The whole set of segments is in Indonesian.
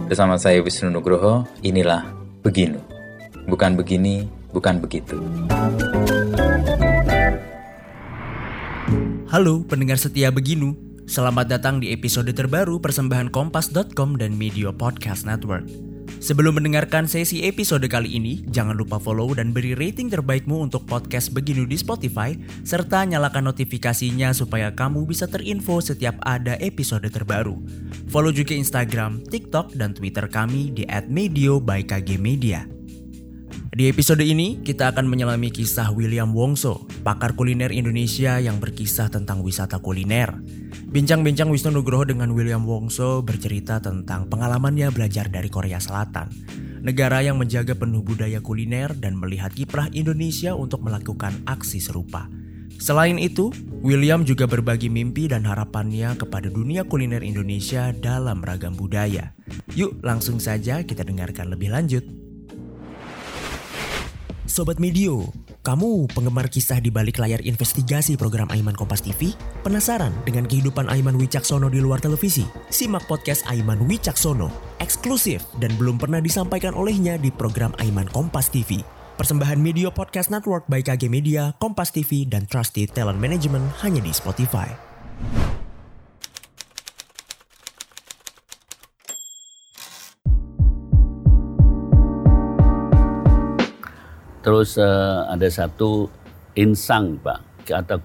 Bersama saya Wisnu Nugroho, inilah Beginu. Bukan begini, bukan begitu. Halo pendengar setia Beginu, selamat datang di episode terbaru persembahan Kompas.com dan Media Podcast Network. Sebelum mendengarkan sesi episode kali ini, jangan lupa follow dan beri rating terbaikmu untuk podcast Beginu di Spotify, serta nyalakan notifikasinya supaya kamu bisa terinfo setiap ada episode terbaru. Follow juga Instagram, TikTok, dan Twitter kami di @medio_by_kgmedia. Di episode ini, kita akan menyelami kisah William Wongso, pakar kuliner Indonesia yang berkisah tentang wisata kuliner. Bincang-bincang Wisnu Nugroho dengan William Wongso bercerita tentang pengalamannya belajar dari Korea Selatan, negara yang menjaga penuh budaya kuliner dan melihat kiprah Indonesia untuk melakukan aksi serupa. Selain itu, William juga berbagi mimpi dan harapannya kepada dunia kuliner Indonesia dalam ragam budaya. Yuk langsung saja kita dengarkan lebih lanjut. Sobat Medio, kamu penggemar kisah di balik layar investigasi program Aiman Kompas TV? Penasaran dengan kehidupan Aiman Wicaksono di luar televisi? Simak podcast Aiman Wicaksono, eksklusif dan belum pernah disampaikan olehnya di program Aiman Kompas TV. Persembahan Media Podcast Network by KG Media, Kompas TV, dan Trusted Talent Management hanya di Spotify. Terus ada satu insang Pak, atau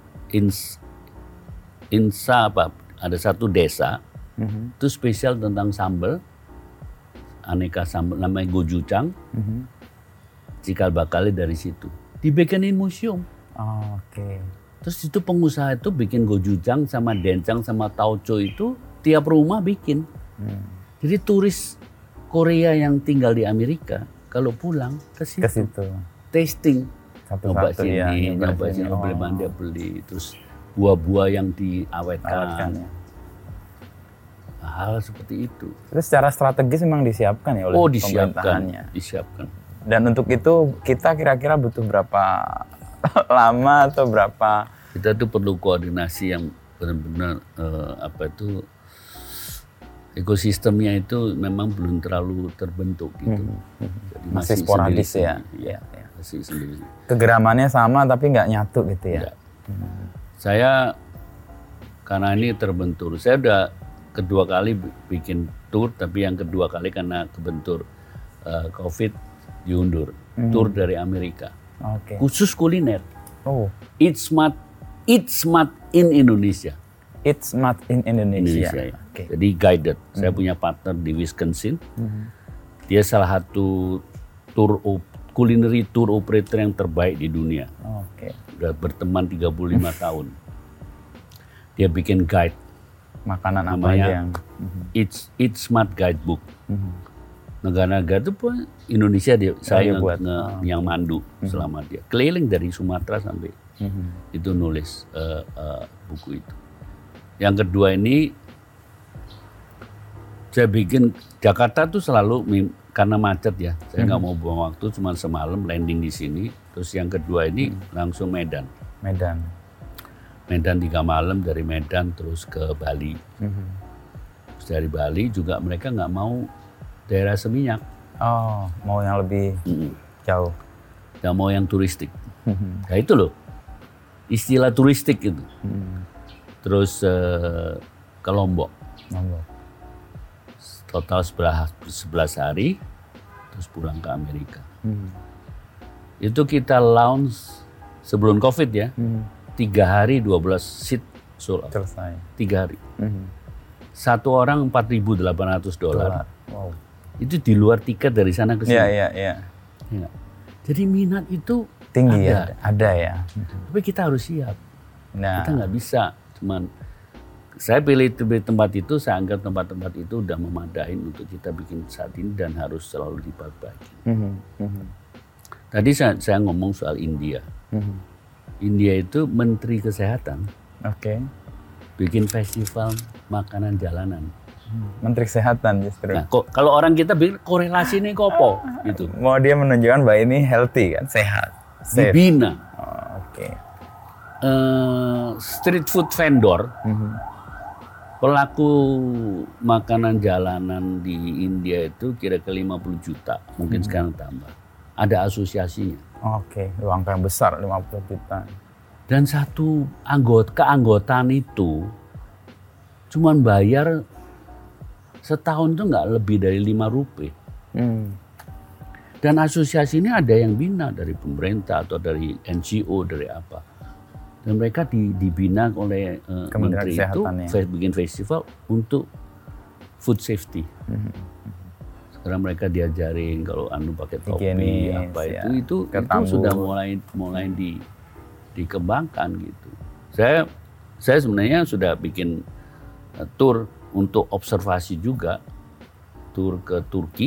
insa Pak, ada satu desa itu spesial tentang sambal, aneka sambal namanya gochujang, cikal bakalnya dari situ, dibikinin museum. Oh, oke. Terus itu pengusaha itu bikin gochujang sama doenjang sama tauco itu tiap rumah bikin. Jadi turis Korea yang tinggal di Amerika kalau pulang ke situ, tasting, nyoba sini, nyoba sini, beli mandi, beli, terus buah-buah yang diawetkan, hal seperti itu. Terus secara strategis memang disiapkan ya oleh pemerintahannya. Disiapkan. Dan untuk itu kita kira-kira butuh berapa lama atau berapa? Kita tuh perlu koordinasi yang benar-benar ekosistemnya itu memang belum terlalu terbentuk gitu. Jadi masih sporadis ya. Masih sendiri. Kegeramannya sama tapi nggak nyatu gitu ya. Saya karena ini terbentur, saya udah kedua kali bikin tour, tapi yang kedua kali karena kebentur COVID diundur. Tour dari Amerika. Khusus kuliner. Eat Smart in Indonesia. It's not in Indonesia. Ya. Jadi guided. Saya punya partner di Wisconsin. Dia salah satu culinary tour operator yang terbaik di dunia. Udah berteman 35 tahun. Dia bikin guide. Makanan apa namanya yang Eat Smart Guidebook. Negara-negara itu pun Indonesia saya yang mandu selama dia. Keliling dari Sumatera sampai itu nulis buku itu. Yang kedua ini saya bikin Jakarta tuh selalu karena macet ya, saya nggak mau buang waktu, cuma semalam landing di sini. Terus yang kedua ini langsung Medan 3 malam, dari Medan terus ke Bali. Terus dari Bali juga mereka nggak mau daerah Seminyak. Mau yang lebih jauh. Nggak mau yang turistik. Nah itu loh istilah turistik itu. Terus ke Lombok. Total 11 hari, terus pulang ke Amerika. Itu kita launch sebelum COVID ya, 3 hari 12 seat sold out. Selesai. 3 hari. Satu orang $4.800. Wow. Itu di luar tiket dari sana ke sini. Iya. Jadi minat itu tinggi ada ya. Tapi kita harus siap. Nah. Kita nggak bisa. Cuman saya pilih tempat itu, saya anggap tempat-tempat itu udah memadai untuk kita bikin saat ini dan harus selalu diperbaiki. Tadi saya ngomong soal India. India itu Menteri Kesehatan bikin festival makanan jalanan. Menteri Kesehatan justru. Nah, kalau orang kita bikin korelasi ini kopo gitu. Mau dia menunjukkan bahwa ini healthy kan, sehat. Dibina. Street food vendor pelaku makanan jalanan di India itu kira-kira 50 juta, mungkin sekarang tambah. Ada asosiasinya. Oke, angka yang besar 50 juta. Dan satu keanggotaan itu cuman bayar setahun tuh nggak lebih dari 5 rupiah. Dan asosiasi ini ada yang bina dari pemerintah atau dari NGO, dari apa. Dan mereka dibina oleh menteri itu, bikin festival untuk food safety. Sekarang mereka diajarin kalau pakai topi apa ya. itu sudah mulai dikembangkan gitu. Saya sebenarnya sudah bikin tour untuk observasi juga, tour ke Turki,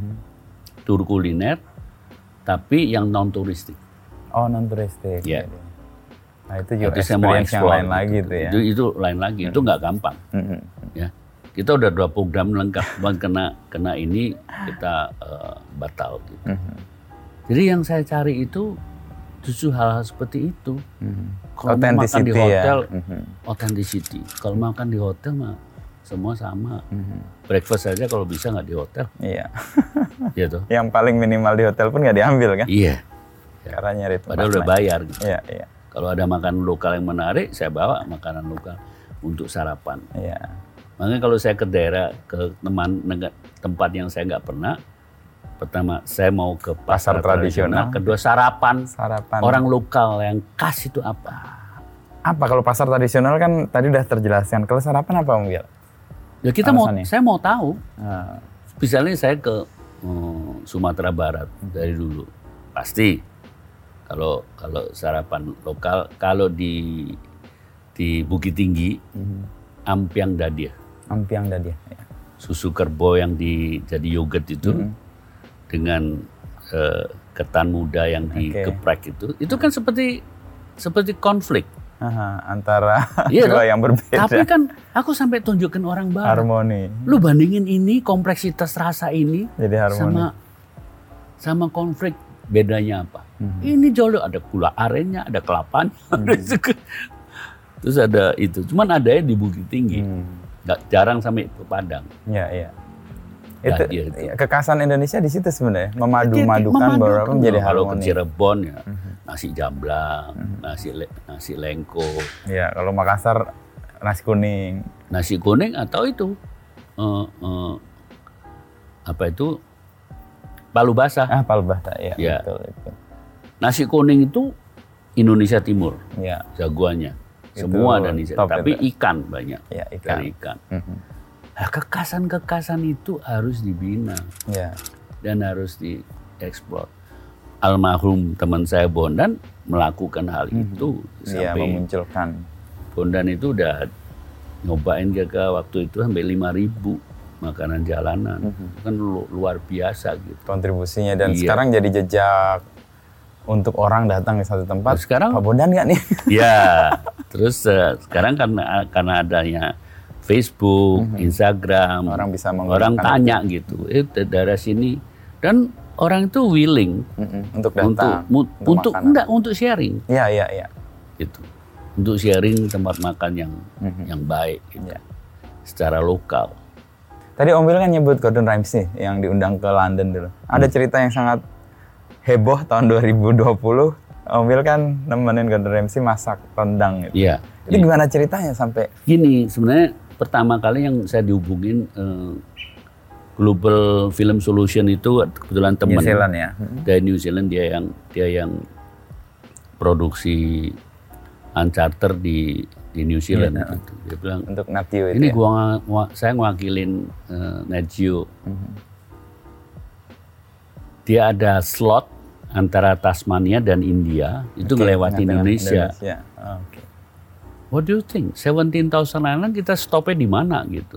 tour kuliner, tapi yang non turistik. Oh, non turistik. Ya. Nah, itu juga experience yang lain lagi tuh ya. Itu lain lagi, itu nggak gampang. Ya, kita udah 2 program lengkap, kena ini kita batal gitu. Jadi yang saya cari itu justru hal-hal seperti itu. Kalau makan di hotel, authenticity. Kalau makan di hotel mah semua sama. Breakfast saja kalau bisa nggak di hotel. Iya. Gitu. Yang paling minimal di hotel pun nggak diambil kan? Iya. Karena nyari tempat. Padahal udah bayar gitu. Iya. Kalau ada makanan lokal yang menarik, saya bawa makanan lokal untuk sarapan. Iya. Makanya kalau saya ke daerah, ke tempat yang saya nggak pernah, pertama saya mau ke pasar tradisional, kedua sarapan orang lokal yang khas itu apa? Apa kalau pasar tradisional kan tadi udah terjelaskan. Kalau sarapan apa Om Gil? Ya saya mau tahu. Misalnya saya ke Sumatera Barat dari dulu, pasti. Kalau sarapan lokal, kalau di Bukit Tinggi, ampiang dadia. Ampiang dadia. Ya. Susu kerbau yang jadi yogurt itu dengan ketan muda yang dikeprek itu kan seperti konflik. Antara dua yang berbeda. Tapi kan aku sampai tunjukin orang barat. Harmoni. Lu bandingin ini kompleksitas rasa ini jadi harmoni. Sama konflik. Bedanya apa? Ini jauh ada gula arennya, ada kelapanya, terus ada itu. Cuman adanya di Bukit Tinggi, nggak jarang sampai ke Padang. Iya. Itu kekhasan Indonesia di situ sebenarnya, memadu-madukan beberapa menjadi harmoni. Kalau ke Cirebon ya nasi jamblang, nasi lengko. Iya, kalau Makassar nasi kuning. Nasi kuning atau itu apa itu? Palu basah. Palu basah, ya. Betul. Nasi kuning itu Indonesia Timur, ya. Jagoannya. Semua dan tapi itu. Ikan banyak, ya, dari ikan. Nah, kekasan itu harus dibina, dan harus dieksplor. Almarhum teman saya Bondan melakukan hal itu, sampai memunculkan. Bondan itu udah nyobain waktu itu sampai 5.000. Makanan jalanan kan luar biasa gitu kontribusinya dan sekarang jadi jejak untuk orang datang ke satu tempat. Sekarang Pak Bondan nggak nih? Ya, terus sekarang karena adanya Facebook, Instagram, orang tanya gitu, daerah sini dan orang itu willing untuk datang, untuk sharing. Iya. Gitu, untuk sharing tempat makan yang baik, gitu, secara lokal. Tadi Om Wil kan nyebut Gordon Ramsay yang diundang ke London dulu. Ada cerita yang sangat heboh tahun 2020. Om Wil kan nemenin Gordon Ramsay masak rendang gitu. Iya. Itu gimana ceritanya sampai? Gini, sebenarnya pertama kali yang saya dihubungin Global Film Solution itu kebetulan teman New Zealand ya. Dari New Zealand, dia yang produksi Uncharted di New Zealand gitu. Dia bilang untuk Nat Geo ini ya? Saya ngewakilin Nat Geo. Dia ada slot antara Tasmania dan India itu melewati Indonesia. Okay. What do you think? 17,000 island kita stopnya di mana gitu?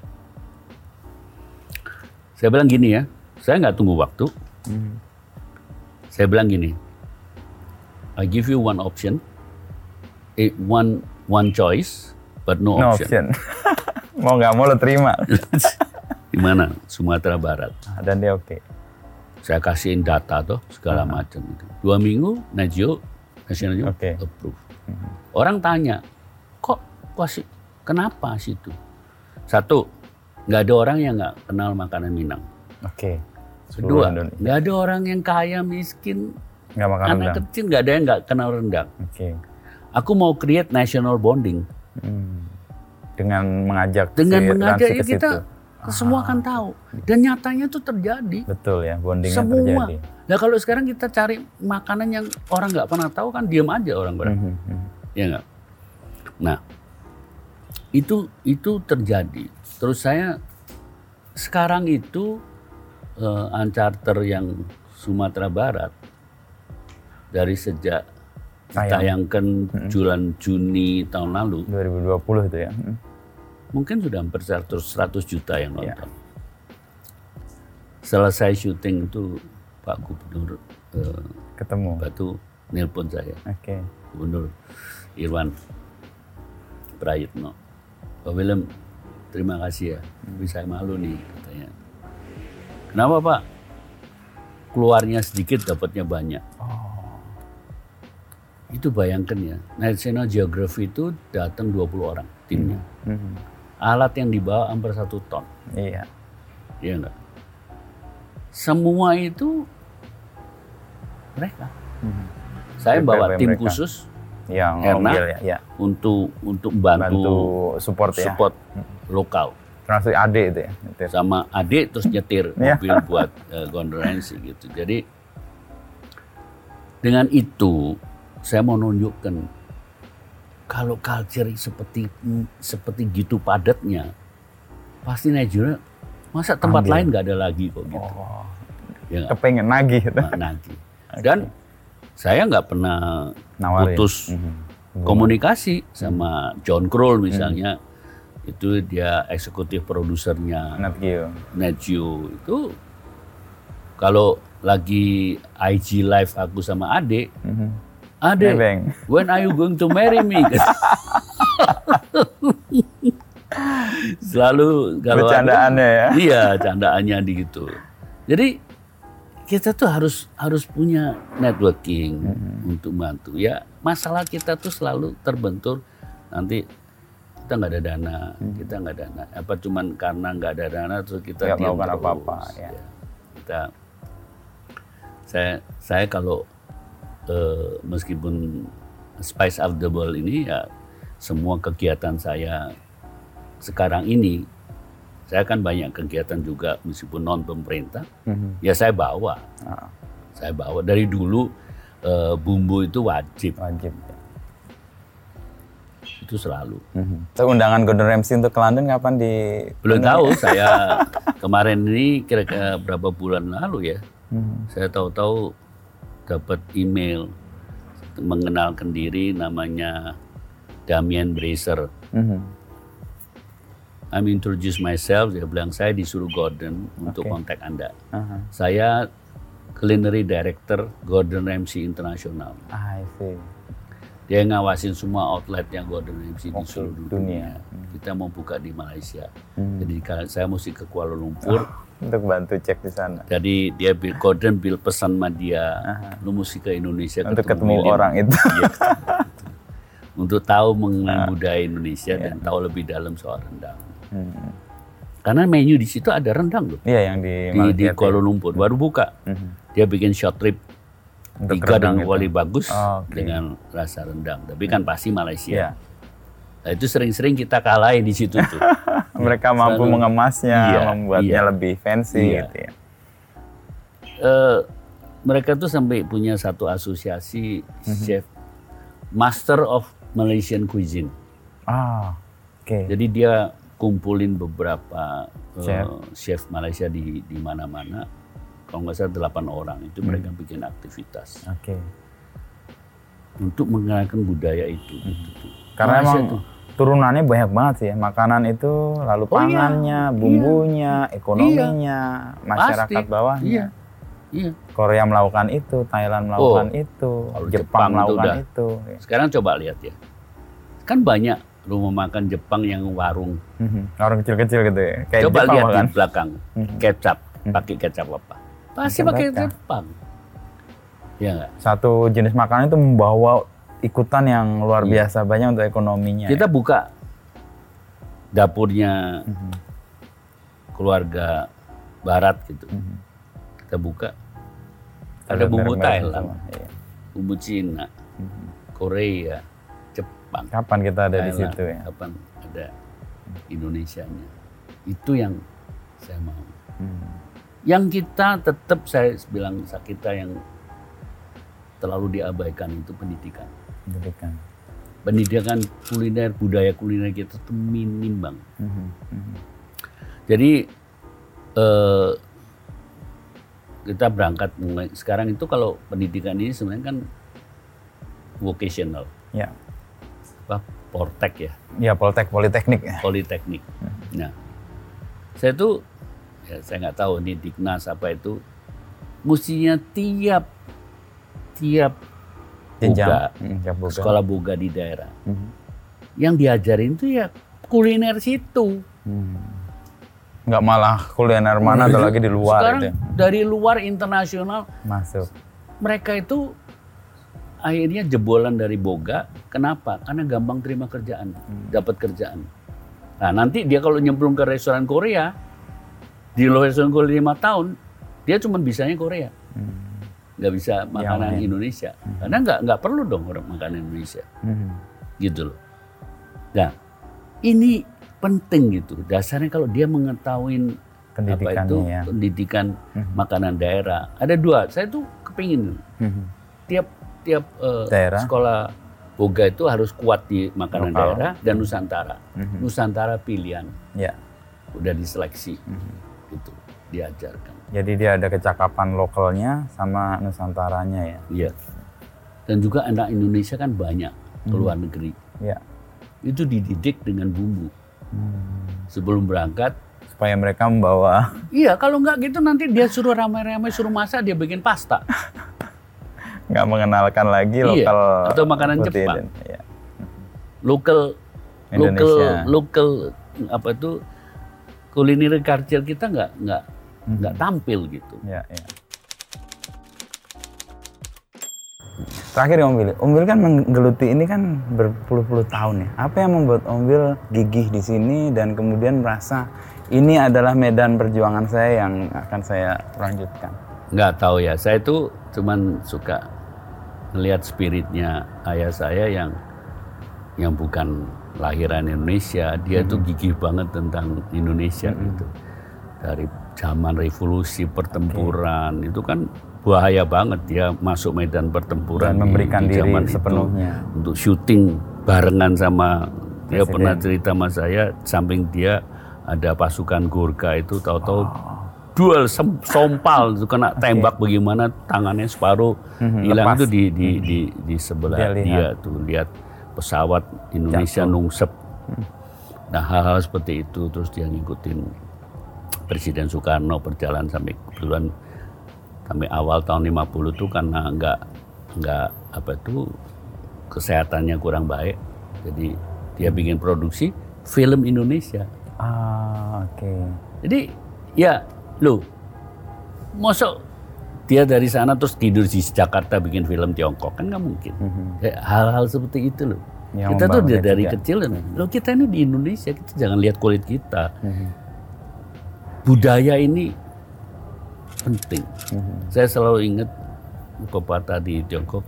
Saya bilang gini ya, saya nggak tunggu waktu. Saya bilang gini, I give you one option, one choice, but no option. Mau nggak mau lo terima. Di mana? Sumatera Barat. Dan dia oke. Saya kasihin data tuh segala macam itu. 2 minggu, National Geo approve. Orang tanya, kok kenapa situ? Satu, nggak ada orang yang nggak kenal makanan Minang. Oke. Kedua, nggak ada orang yang kaya, miskin, Nggak makan anak rendang. kecil, nggak ada yang nggak kenal rendang. Oke. Aku mau create national bonding. Dengan mengajak Dengan ke kita situ. semua kan tahu. Dan nyatanya itu terjadi. Betul ya, bondingnya Semua. terjadi. Nah kalau sekarang kita cari makanan yang orang nggak pernah tahu kan diam aja orang-orang. Ya nggak? Nah itu terjadi. Terus saya sekarang itu Uncharted yang Sumatera Barat dari sejak ditayangkan bulan Juni tahun lalu 2020 itu ya. mungkin sudah hampir 100 juta yang nonton. Selesai syuting itu Pak Gubernur Ketemu. Batu nelpon saya, Oke. Gubernur Irwan Prayitno. Pak Willem, terima kasih ya, tapi saya malu nih katanya. Kenapa Pak? Keluarnya sedikit, dapatnya banyak. Itu bayangkan ya, National Geographic itu datang 20 orang timnya. Alat yang dibawa hampir 1 ton. Iya. Iya enggak? Semua itu mereka. Saya bawa tim mereka. khusus Yang Erna mobil ya. untuk bantu support ya. support lokal. Termasuk Ade itu ya. nyetir. Sama adik terus nyetir Iya. mobil buat Gordon Ramsay gitu. Jadi dengan itu saya mau nunjukkan kalau culture seperti gitu padatnya, pasti Nigeria masa tempat lain nggak ada lagi kok gitu. Ya nggak? Kepengen nagih gitu. Nagih. Dan saya nggak pernah Nawarin. putus komunikasi sama John Kroll misalnya. Itu dia eksekutif produsernya Nat Geo. Nat Geo. Itu kalau lagi IG live aku sama Ade, Ade, Nebeng. when are you going to marry me? Selalu kalau Bercandaannya ya. Iya, candaannya gitu. Jadi kita tuh harus punya networking untuk bantu. Ya masalah kita tuh selalu terbentur nanti kita nggak ada dana, kita nggak ada dana. Apa cuman karena nggak ada dana terus kita Nggak diam melakukan terus. apa-apa, ya. Kita, saya kalau meskipun Spice of the World ini ya semua kegiatan saya sekarang ini, saya kan banyak kegiatan juga meskipun non pemerintah, ya saya bawa. Saya bawa dari dulu bumbu itu wajib. Wajib. Itu selalu. Terus undangan Gordon Ramsay untuk ke London kapan di? Belum tahu, saya kemarin ini kira-kira berapa bulan lalu ya, saya tahu-tahu dapat email mengenalkan diri namanya Damien Bracer. I'm introduce myself, dia bilang saya disuruh Gordon untuk kontak Anda. Saya culinary director Gordon Ramsay International. I see. Dia ngawasin semua outlet yang Gordon Ramsay di seluruh dunia. dunia. Kita mau buka di Malaysia. Jadi saya mesti ke Kuala Lumpur. Untuk bantu cek di sana. Jadi Gordon pesan sama dia, lu mesti ke Indonesia Untuk ketemu William. orang itu. Iya, untuk tahu mengenai budaya Indonesia dan tahu lebih dalam soal rendang. Karena menu di situ ada rendang loh. Iya yang di Di Kuala Lumpur baru buka. Dia bikin short trip Untuk 3 rendang dengan itu. wali bagus Oke. dengan rasa rendang. Tapi kan pasti Malaysia. Iya. Nah, itu sering-sering kita kalahin di situ tuh. Mereka mampu Selalu. mengemasnya, Iya, membuatnya iya. lebih fancy Iya. gitu ya. Mereka tuh sampai punya satu asosiasi chef Master of Malaysian Cuisine. Oke. Jadi dia kumpulin beberapa Chef. chef Malaysia di mana-mana. Kalau nggak salah 8 orang itu mereka bikin aktivitas Oke. untuk mengenalkan budaya itu. Gitu. Karena Malaysia emang tuh. turunannya banyak banget sih ya. Makanan itu, lalu pangannya, bumbunya, ekonominya, masyarakat Pasti. bawahnya. Iya. Korea melakukan itu, Thailand melakukan itu, kalau Jepang Jepang itu melakukan udah. itu. Ya. Sekarang coba lihat ya. Kan banyak rumah makan Jepang yang warung. Orang kecil-kecil gitu ya. Kayak Coba Jepang lihat bahkan. di belakang. Kecap. Pakai kecap apa? Pasti Kecap pakai mereka. Jepang. Iya nggak? Satu jenis makanan itu membawa ikutan yang luar biasa banyak untuk ekonominya. Kita buka dapurnya keluarga Barat gitu. Kita buka, ada bumbu merek-merek Thailand, semua, iya. bumbu Cina, Korea, Jepang. Kapan kita ada di Thailand, situ ya? Kapan ada Indonesianya. Itu yang saya mau. Yang kita tetap, saya bilang kita yang terlalu diabaikan itu pendidikan. Pendidikan kuliner, budaya kuliner kita itu minim bang. Jadi kita berangkat mulai sekarang itu, kalau pendidikan ini sebenarnya kan vocational, Ya. Poltek ya. Ya, politeknik ya. Politeknik. Nah, saya tuh, ya saya nggak tahu ini Dignas apa itu, mestinya tiap Jenjang. boga, sekolah boga di daerah, yang diajarin tuh ya kuliner situ. Nggak malah kuliner mana atau lagi di luar. Sekarang itu ya. dari luar internasional Masuk. mereka itu akhirnya jebolan dari boga. Kenapa? Karena gampang terima kerjaan, dapat kerjaan. Nah nanti dia kalau nyemplung ke restoran Korea, di luar restoran Korea 5 tahun, dia cuma bisanya Korea, nggak bisa makanan Indonesia. Karena nggak perlu dong orang makanan Indonesia, gitu loh. Nah ini penting gitu. Dasarnya kalau dia mengetahui apa itu pendidikan makanan daerah. Ada 2. Saya tuh kepingin tiap daerah. sekolah boga itu harus kuat di makanan daerah dan Nusantara. Nusantara pilihan. Ya. Udah diseleksi, gitu, diajarkan. Jadi dia ada kecakapan lokalnya sama Nusantaranya ya. Iya. Dan juga anak Indonesia kan banyak ke luar negeri. Ya. Itu dididik dengan bumbu. Sebelum berangkat. Supaya mereka membawa. Iya, kalau nggak gitu nanti dia suruh ramai-ramai suruh masak, dia bikin pasta. Nggak mengenalkan lagi lokal. Atau makanan Jepang. Ya. Lokal apa itu kuliner culture kita nggak tampil gitu. Ya. Terakhir Om Bil kan menggeluti ini kan berpuluh-puluh tahun ya. Apa yang membuat Om Bil gigih di sini dan kemudian merasa ini adalah medan perjuangan saya yang akan saya lanjutkan? Nggak tahu ya, saya tuh cuman suka melihat spiritnya ayah saya yang bukan lahiran Indonesia. Dia tuh gigih banget tentang Indonesia gitu. Dari zaman revolusi pertempuran itu kan bahaya banget, dia masuk medan pertempuran dan memberikan di diri zaman sepenuhnya itu, untuk syuting barengan sama dia. Pernah cerita sama saya, samping dia ada pasukan Gurkha itu, tahu-tahu duel sompal itu kena tembak bagaimana tangannya separuh hilang. Itu di sebelah dia tuh lihat pesawat Indonesia nungsep. Nah hal-hal seperti itu, terus dia ngikutin Presiden Soekarno berjalan sampai kebetulan sampai awal tahun 50 tuh karena nggak apa itu kesehatannya kurang baik, jadi dia bikin produksi film Indonesia. Oke. Jadi ya loh, mosok dia dari sana terus tidur di Jakarta bikin film Tiongkok, kan nggak mungkin. Hal-hal seperti itu loh. Yang kita tuh dari kecil loh, kita ini di Indonesia, kita jangan lihat kulit kita. Budaya ini penting. Saya selalu ingat pepatah di Tiongkok,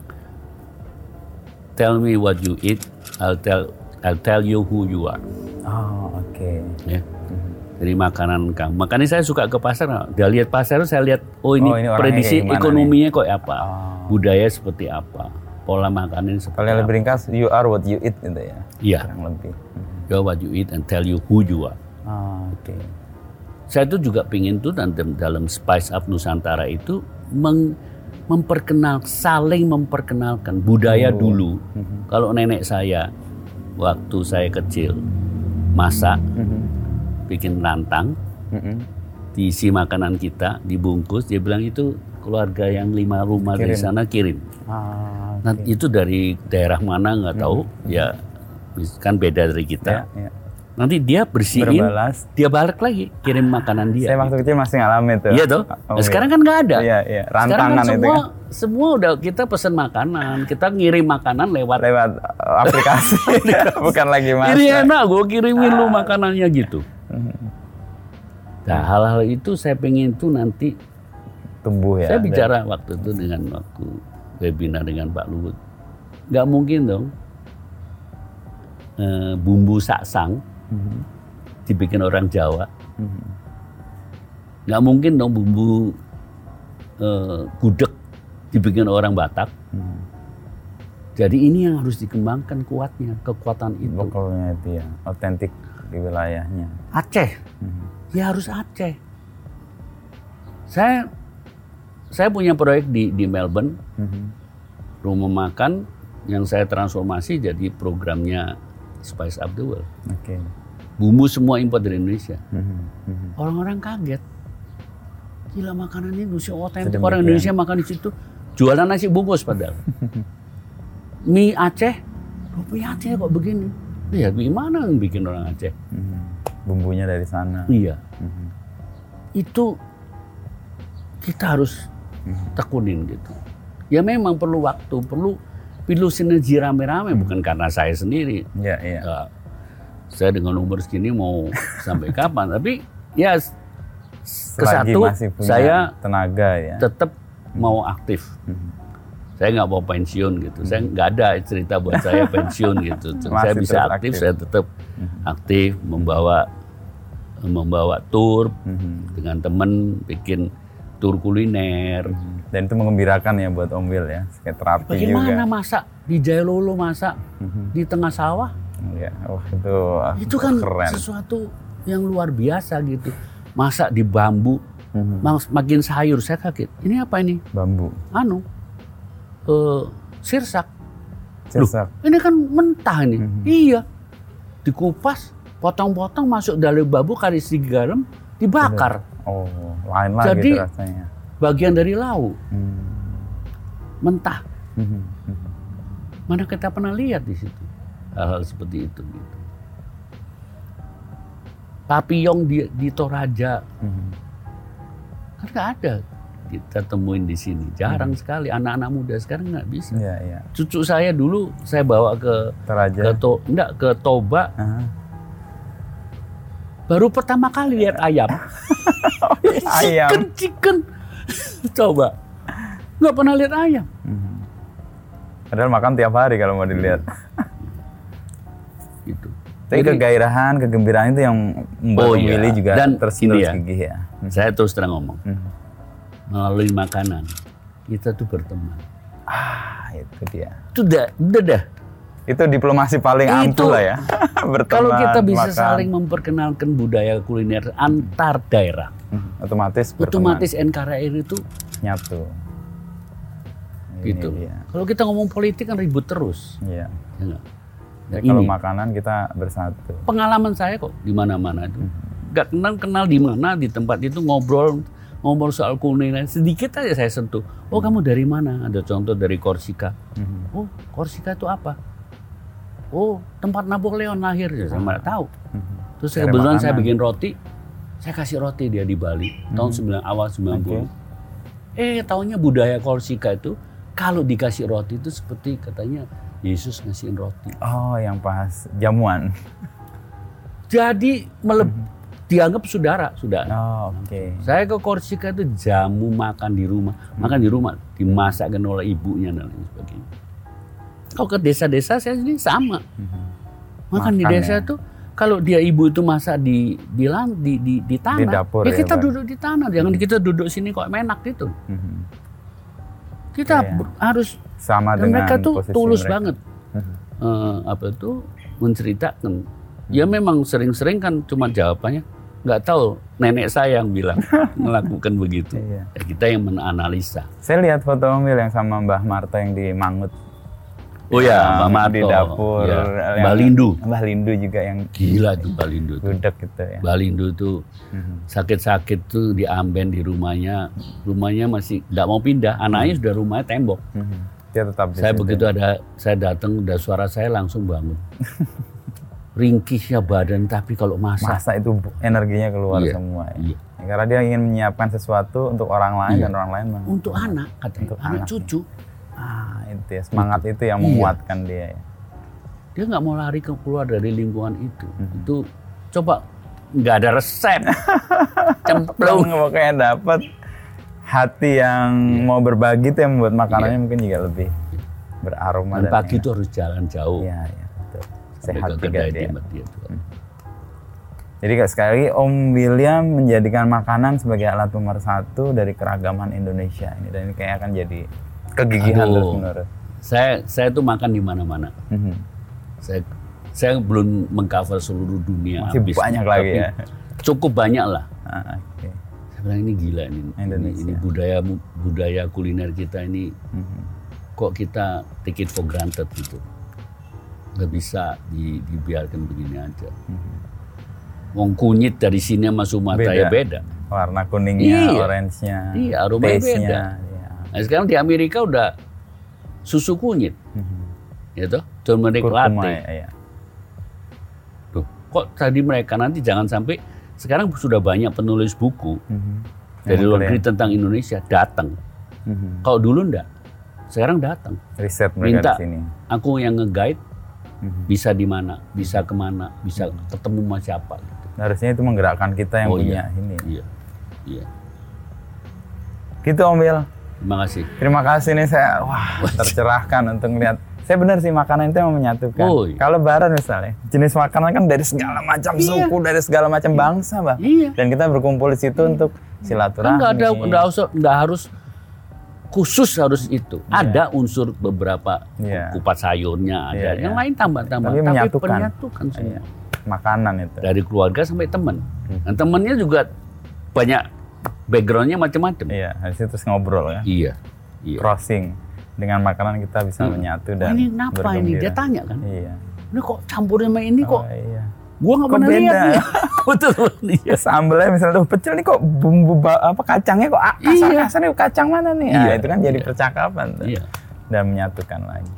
tell me what you eat, I'll tell you who you are. Oke. Ya. Dari makanan kamu. Makanya saya suka ke pasar. Dia lihat pasar, saya lihat ini prediksi ekonominya kok apa, budaya seperti apa, pola makanan seperti apa. Kalau lebih ringkas, you are what you eat gitu ya. Iya. Kurang lebih. You are what you eat and tell you who you are. Oke. Saya tuh juga pingin tuh dalam Spice Up Nusantara itu saling memperkenalkan budaya dulu. Kalau nenek saya waktu saya kecil masak, bikin rantang, diisi makanan kita, dibungkus, dia bilang itu keluarga yang 5 rumah dari sana kirim. Nah itu dari daerah mana nggak tahu, ya kan beda dari kita. Nanti dia bersihin, Berbalas. dia balik lagi kirim makanan dia. Saya waktu kecil masih ngalamin itu. Iya toh. Oh, Nah, sekarang kan nggak ada. Iya, iya. Sekarang Rantangan kan itu kan. semua udah kita pesan makanan, kita ngirim makanan lewat. Aplikasi. Bukan lagi masak. Ini enak, gue kirimin lu makanannya gitu. Nah, hal-hal itu saya pengen tuh nanti. Tumbuh ya. Saya bicara waktu itu dengan waktu webinar dengan Pak Luhut. Nggak mungkin dong bumbu saksang dibikin orang Jawa. Nggak mungkin dong bumbu gudeg dibikin orang Batak. Jadi ini yang harus dikembangkan kuatnya, kekuatan itu. Lokalnya itu ya, otentik di wilayahnya. Aceh, ya harus Aceh. Saya punya proyek di Melbourne, rumah makan yang saya transformasi jadi programnya Spice Up the World. Oke. Bumbu semua impor dari Indonesia. Orang-orang kaget. Gila makanan Indonesia otentik. Orang Indonesia makan di situ. Jualan nasi bungkus padahal. Mie Aceh. Mie Aceh kok begini. Ya gimana yang bikin orang Aceh? Bumbunya dari sana. Iya. Itu kita harus tekunin gitu. Ya memang perlu waktu, perlu sinergi rame-rame, bukan karena saya sendiri. Iya, iya. Saya dengan umur segini mau sampai kapan? Tapi ya Selagi kesatu masih punya saya tenaga ya. tetap mau aktif. Saya nggak mau pensiun gitu. Saya nggak ada cerita buat saya pensiun gitu. Saya Masih bisa terus aktif, aktif. saya tetap aktif membawa tour dengan temen, bikin tur kuliner. Dan itu mengembirakan ya buat Om Will ya, kayak terapi Bagaimana juga. masak di Jailolo, masak di tengah sawah? Ya, wah Itu kan keren. sesuatu yang luar biasa gitu. Masak di bambu, makin sayur, saya kaget. Ini apa ini? Bambu. Sirsak. Sirsak. Ini kan mentah ini. Iya. Dikupas, potong-potong, masuk dalam bambu, kasih garam, dibakar. Oh, lain lah Jadi, gitu rasanya. Bagian dari lauk. Mentah. Mana kita pernah lihat di situ hal-hal seperti itu gitu. Papillon di Toraja kan nggak ada kita temuin di sini, jarang sekali. Anak-anak muda sekarang nggak bisa. Iya, iya. Cucu saya dulu saya bawa ke Toraja. ke Toba. Baru pertama kali lihat ayam. Ayam. Chicken. Coba nggak pernah lihat ayam. Padahal makan tiap hari kalau mau dilihat. Gitu. Tapi kegairahan, kegembiraan itu yang membuat Om Willy juga Dan terus ini ya, gigih ya. Saya terus terang ngomong, melalui makanan kita tuh berteman. Itu dia. Itu udah. Itu diplomasi paling ampuh lah ya. Berteman, Kalau kita bisa makan. saling memperkenalkan budaya kuliner antar daerah, otomatis berteman. otomatis NKRI itu Nyatu. Ini gitu. dia. Kalau kita ngomong politik kan ribut terus. Iya. Ya nggak? Nah, Kalau ini makanan kita bersatu. pengalaman saya kok di mana-mana itu. Gak kenal di mana, di tempat itu ngobrol soal kuliner. Sedikit aja saya sentuh. Oh, kamu dari mana? Ada contoh dari Korsika. Oh, Korsika itu apa? Oh, tempat Napoleon lahir. Ya, saya nggak tahu. Terus Cari kebetulan saya makanan. bikin roti. Saya kasih roti dia di Bali tahun awal 90. Taunya budaya Korsika itu kalau dikasih roti itu seperti katanya Yesus ngasihin roti. Oh, yang pas jamuan. Jadi dianggap saudara. Oh, oke. Saya ke Korsika itu jamu makan di rumah, dimasakkan oleh ibunya dan lain sebagainya. Kalau ke desa-desa saya sini sama, makan di desa ya. tuh kalau dia ibu itu masak di tanah, Di dapur ya ya, kita Pak. duduk di tanah, jangan kita duduk sini kok menak gitu. Kita harus Sama dan dengan mereka tuh posisi tulus mereka. banget, menceritakan. Ya memang sering-sering kan cuma jawabannya nggak tahu. Nenek saya yang bilang melakukan begitu. Iya. Ya, kita yang menganalisa. Saya lihat foto Om Will yang sama Mbah Marta yang di Mangut. Oh ya, Mbak Marto. Di dapur. Ya. yang- Mbak Lindu. Mbah Lindu juga yang Gila tuh Mbak Lindu tuh. gudeg gitu ya. Mbak Lindu tuh sakit-sakit tuh di Amben di rumahnya. Rumahnya masih nggak mau pindah. Anaknya sudah rumahnya tembok. Dia tetap di Saya situ. begitu saya datang, udah suara saya langsung bangun. ringkihnya badan, tapi kalau masak itu energinya keluar Iya, semua. Ya. iya. Karena dia ingin menyiapkan sesuatu untuk orang lain dan orang lain untuk anak, katanya, Untuk anak anak. cucu. Itu ya, semangat itu yang Iya. menguatkan dia. Ya. Dia nggak mau lari keluar dari lingkungan itu. Itu coba nggak ada resep, cemplung. Pokoknya dapat hati yang mau berbagi itu yang membuat makanannya mungkin juga lebih beraroma. Dan pagi itu harus jalan jauh. Iya, betul. Sampai Sehat ke juga kedai dia. tempat dia tuh. Jadi sekali lagi Om William menjadikan makanan sebagai alat pemersatu dari keragaman Indonesia ini, dan ini kayak akan jadi kegigihan terus menerus. Saya tuh makan di mana-mana. Saya belum mengcover seluruh dunia. Masih banyak lagi ya. Cukup banyak lah. Okay. Saya bilang ini gila ini budaya kuliner kita ini. Kok kita take it for granted gitu. Nggak bisa dibiarkan begini aja. Wong kunyit dari sini sama Sumatera ya beda. Warna kuningnya, Iya. orange-nya, Iya, aromanya taste-nya. beda. Iya. Nah, sekarang di Amerika udah susu kunyit. Gitu, turmeric Kurkuma, latte. ya. Tuh, kok tadi mereka nanti jangan sampai sekarang sudah banyak penulis buku dari luar negeri tentang Indonesia datang. Kalau dulu enggak, sekarang datang. Riset mereka Minta di sini. aku yang nge-guide bisa di mana, bisa kemana, bisa ketemu sama siapa. Gitu. Harusnya itu menggerakkan kita yang punya iya. ini. Iya. Gitu Om Wil. Terima kasih. Terima kasih nih, saya tercerahkan untuk melihat. Saya benar sih, makanan itu yang menyatukan. Oh, iya. Kalau Barat misalnya, jenis makanan kan dari segala macam suku, dari segala macam bangsa, Bang. Iya. Dan kita berkumpul di situ untuk silaturahmi. Kan nggak harus khusus harus itu. Ada unsur beberapa kupat sayurnya, ada yang lain tambah-tambah. Tapi menyatukan semua. Iya. Makanan itu. Dari keluarga sampai teman. Dan temannya juga banyak backgroundnya macam-macam. Iya, habis itu terus ngobrol ya. Iya. Crossing. Dengan makanan kita bisa menyatu dan ini kenapa ini? Dia tanya kan. Iya. Ini kok campur sama ini kok? Iya. Gua nggak pernah lihat. Nih. Betul. Iya. Sambelnya misalnya tuh pecel nih kok bumbu kacangnya kok kasar nih, kacang mana nih? Nah, itu kan jadi percakapan tuh. Iya. Dan menyatukan lagi.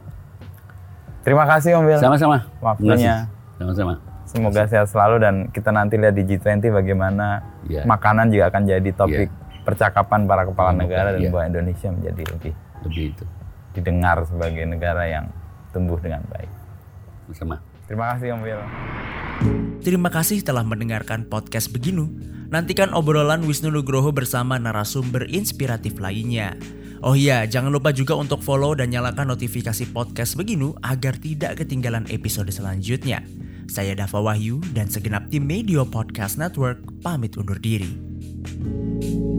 Terima kasih Om Wil. Sama-sama. Waktunya. Sama-sama. Semoga sehat selalu dan kita nanti lihat di G20 bagaimana makanan juga akan jadi topik percakapan para kepala negara dan bahwa Indonesia menjadi lebih itu didengar sebagai negara yang tumbuh dengan baik. Sama. Terima kasih Om Wil. Terima kasih telah mendengarkan podcast Beginu. Nantikan obrolan Wisnu Nugroho bersama narasumber inspiratif lainnya. Oh iya, jangan lupa juga untuk follow dan nyalakan notifikasi podcast Beginu agar tidak ketinggalan episode selanjutnya. Saya Dava Wahyu dan segenap tim Media Podcast Network pamit undur diri.